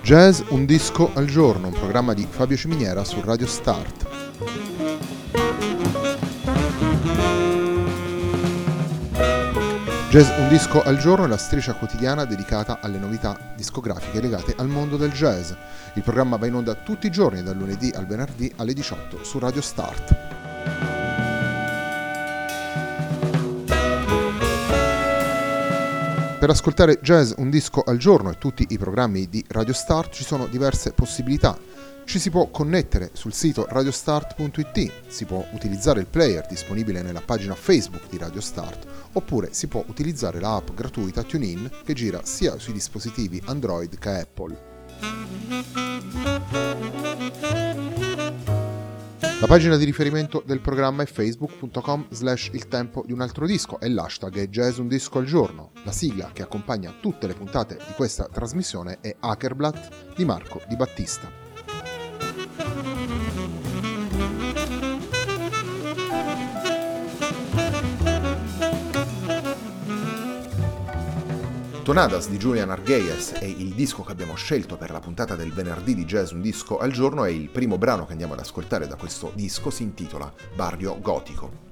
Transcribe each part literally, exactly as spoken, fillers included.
Jazz Un Disco al Giorno, un programma di Fabio Ciminiera su Radio Start. Jazz Un Disco al Giorno è la striscia quotidiana dedicata alle novità discografiche legate al mondo del jazz. Il programma va in onda tutti i giorni, dal lunedì al venerdì alle diciotto su Radio Start. Per ascoltare Jazz Un Disco al Giorno e tutti i programmi di Radio Start ci sono diverse possibilità. Ci si può connettere sul sito radiostart punto it, si può utilizzare il player disponibile nella pagina Facebook di Radio Start, oppure si può utilizzare la app gratuita TuneIn che gira sia sui dispositivi Android che Apple. La pagina di riferimento del programma è facebook punto com slash il tempo di un altro disco e l'hashtag è Jazz Un Disco al Giorno. La sigla che accompagna tutte le puntate di questa trasmissione è Hackerblatt di Marco Di Battista. Tonadas di Julian Argayes è il disco che abbiamo scelto per la puntata del venerdì di Jazz Un Disco al Giorno e il primo brano che andiamo ad ascoltare da questo disco si intitola Barrio Gotico.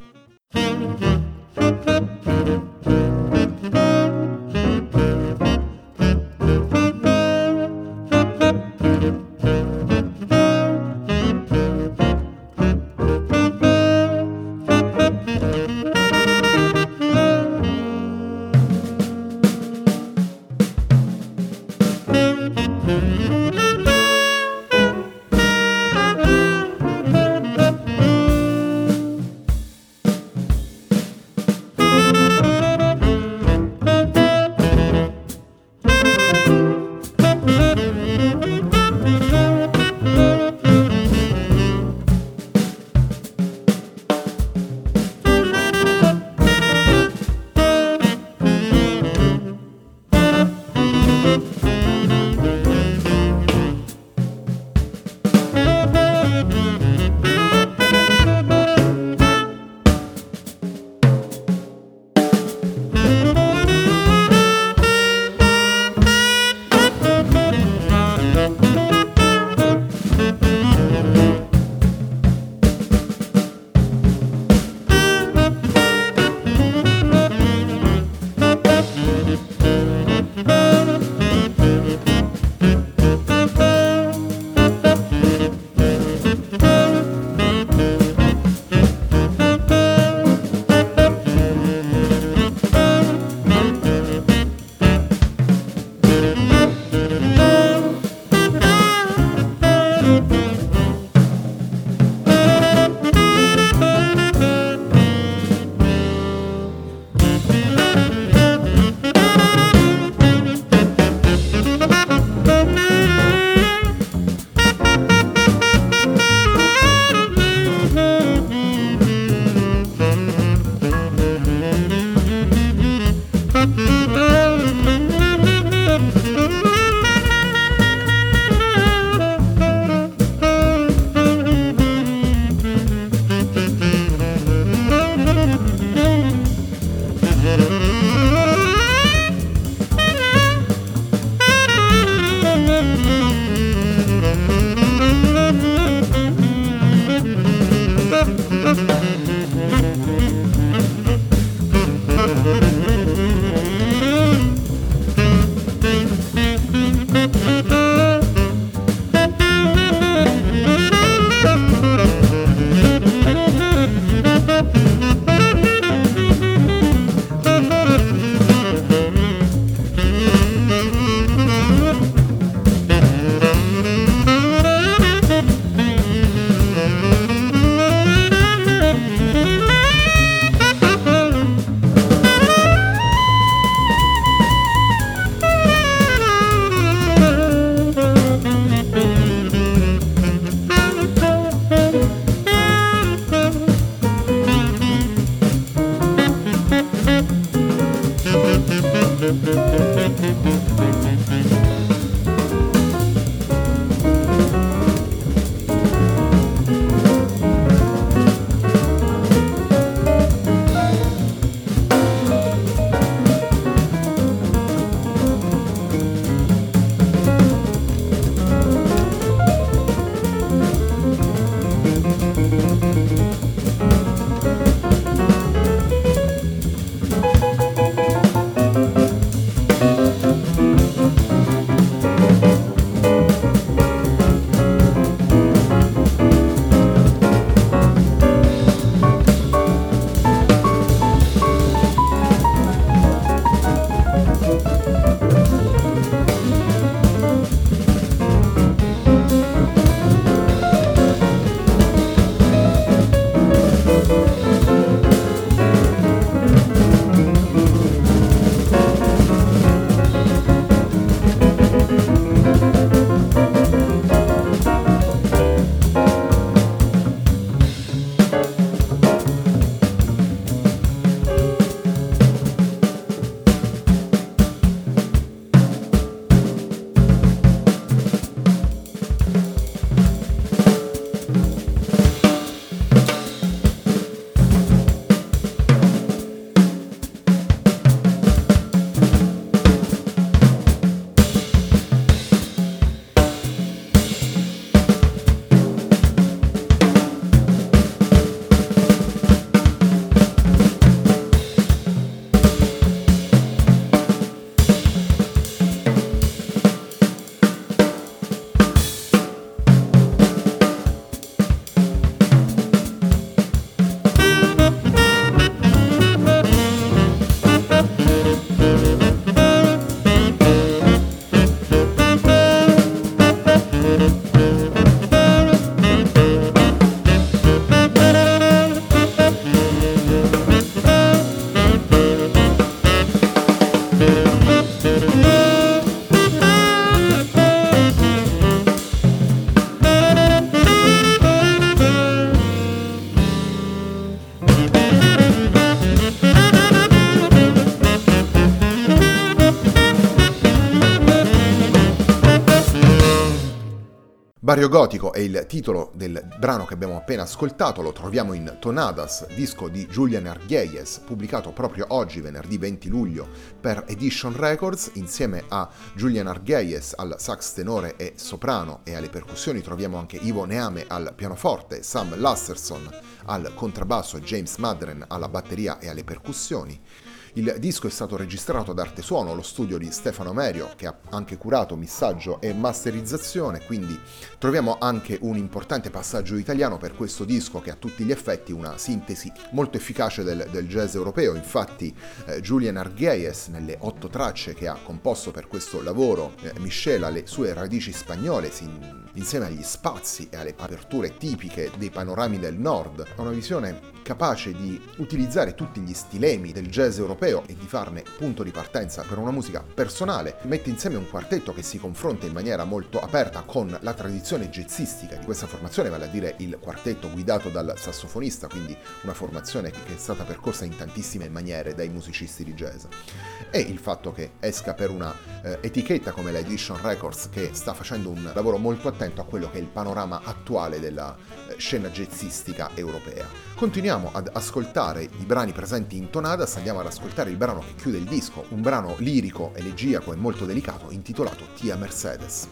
Barrio Gotico è il titolo del brano che abbiamo appena ascoltato, lo troviamo in Tonadas, disco di Julian Argüelles, pubblicato proprio oggi, venerdì venti luglio, per Edition Records. Insieme a Julian Argüelles al sax tenore e soprano e alle percussioni troviamo anche Ivo Neame al pianoforte, Sam Lasserson al contrabbasso e James Madren alla batteria e alle percussioni. Il disco è stato registrato ad Arte Suono, lo studio di Stefano Merio, che ha anche curato missaggio e masterizzazione, quindi troviamo anche un importante passaggio italiano per questo disco, che ha a tutti gli effetti una sintesi molto efficace del, del jazz europeo. Infatti eh, Julian Argüelles, nelle otto tracce che ha composto per questo lavoro, eh, miscela le sue radici spagnole sin, insieme agli spazi e alle aperture tipiche dei panorami del nord. Ha una visione capace di utilizzare tutti gli stilemi del jazz europeo e di farne punto di partenza per una musica personale. Mette insieme un quartetto che si confronta in maniera molto aperta con la tradizione jazzistica di questa formazione, vale a dire il quartetto guidato dal sassofonista, quindi una formazione che è stata percorsa in tantissime maniere dai musicisti di jazz. E il fatto che esca per una eh, etichetta come la Edition Records, che sta facendo un lavoro molto attento a quello che è il panorama attuale della eh, scena jazzistica europea. Continuiamo ad ascoltare i brani presenti in Tonadas, andiamo ad ascoltare il brano che chiude il disco, un brano lirico, elegiaco e molto delicato intitolato Tia Mercedes.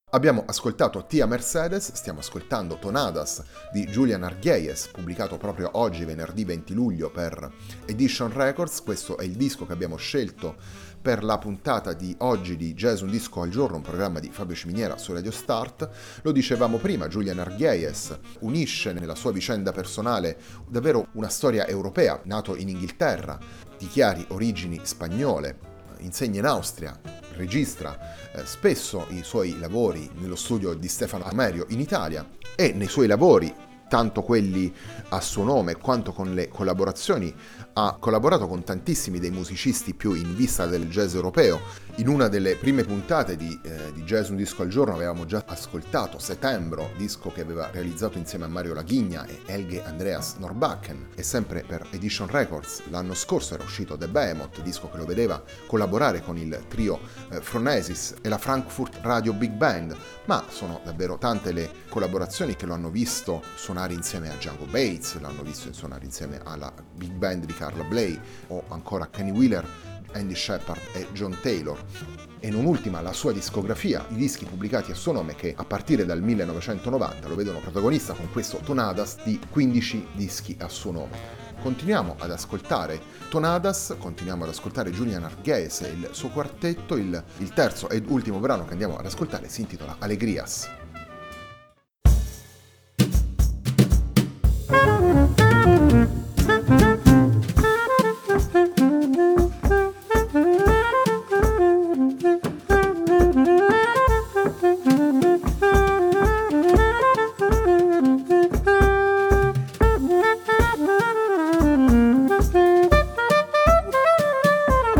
Abbiamo ascoltato Tia Mercedes, stiamo ascoltando Tonadas di Julian Arguelles, pubblicato proprio oggi, venerdì venti luglio, per Edition Records. Questo è il disco che abbiamo scelto per la puntata di oggi di Jazz Un Disco al Giorno, un programma di Fabio Ciminiera su Radio Start. Lo dicevamo prima, Julian Arguelles unisce nella sua vicenda personale davvero una storia europea, nato in Inghilterra, di chiari origini spagnole, insegna in Austria, registra eh, spesso i suoi lavori nello studio di Stefano Amerio in Italia, e nei suoi lavori, tanto quelli a suo nome quanto con le collaborazioni, ha collaborato con tantissimi dei musicisti più in vista del jazz europeo. In una delle prime puntate di, eh, di Jazz Un Disco al Giorno avevamo già ascoltato Settembro, disco che aveva realizzato insieme a Mario Laghigna e Helge Andreas Norbakken, e sempre per Edition Records l'anno scorso era uscito The Behemoth, disco che lo vedeva collaborare con il trio eh, Phronesis e la Frankfurt Radio Big Band, ma sono davvero tante le collaborazioni che lo hanno visto suonare insieme a Django Bates, l'hanno visto suonare insieme alla Big Band di Carla Bley, o ancora Kenny Wheeler, Andy Shepard e John Taylor. E non ultima la sua discografia, i dischi pubblicati a suo nome, che a partire dal millenovecentonovanta lo vedono protagonista con questo Tonadas di quindici dischi a suo nome. Continuiamo ad ascoltare Tonadas, continuiamo ad ascoltare Julian Arguelles e il suo quartetto. Il, il terzo ed ultimo brano che andiamo ad ascoltare si intitola Alegrias.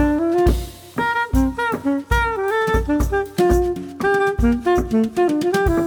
Thank you.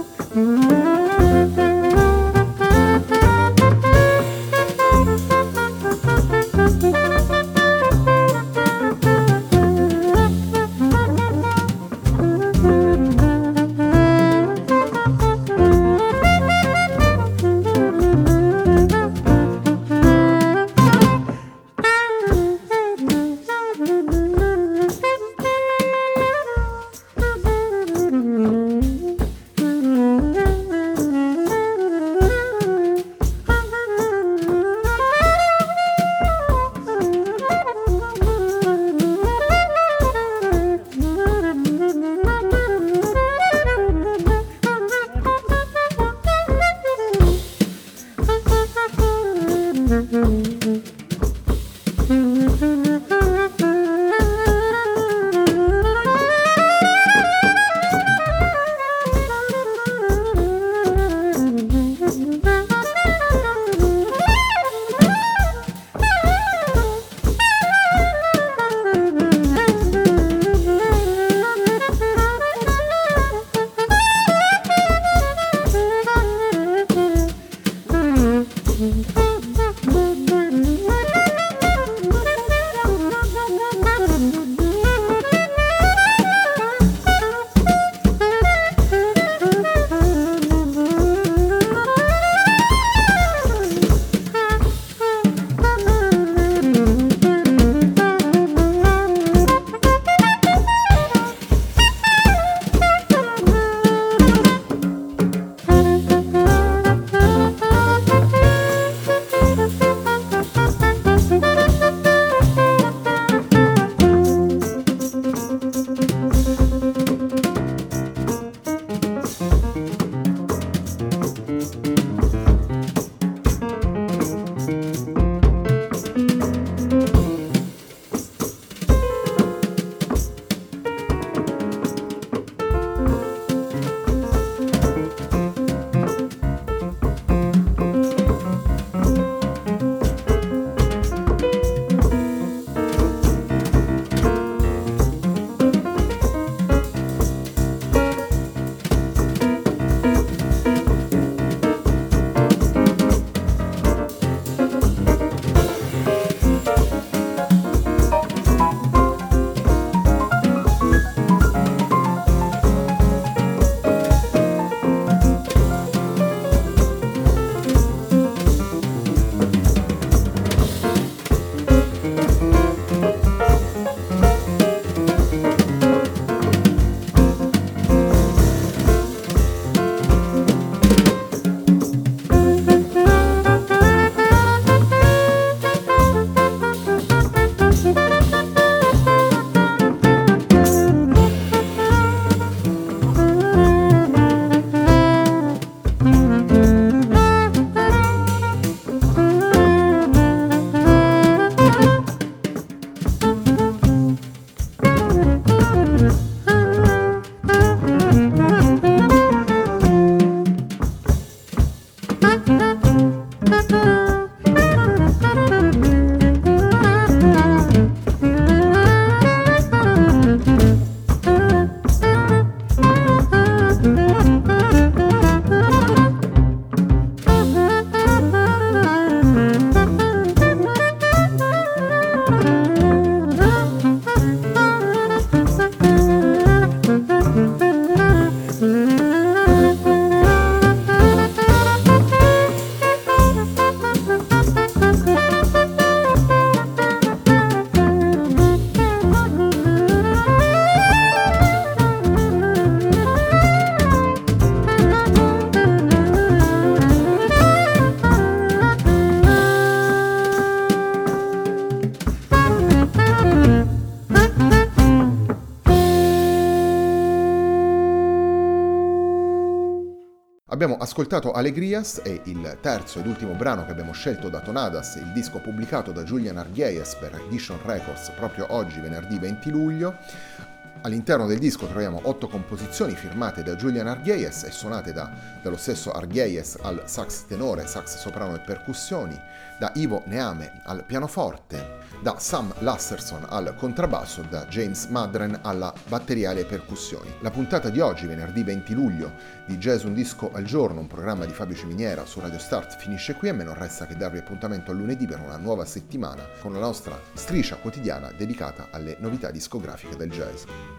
Abbiamo ascoltato Alegrias, è il terzo ed ultimo brano che abbiamo scelto da Tonadas, il disco pubblicato da Julian Arguelles per Edition Records proprio oggi, venerdì venti luglio. All'interno del disco troviamo otto composizioni firmate da Julian Arguelles e suonate da, dallo stesso Arguelles al sax tenore, sax soprano e percussioni, da Ivo Neame al pianoforte, da Sam Lasserson al contrabbasso, da James Madren alla batteria e alle percussioni. La puntata di oggi, venerdì venti luglio, di Jazz Un Disco al Giorno, un programma di Fabio Ciminiera su Radio Start, finisce qui. A me non resta che darvi appuntamento a lunedì per una nuova settimana con la nostra striscia quotidiana dedicata alle novità discografiche del jazz.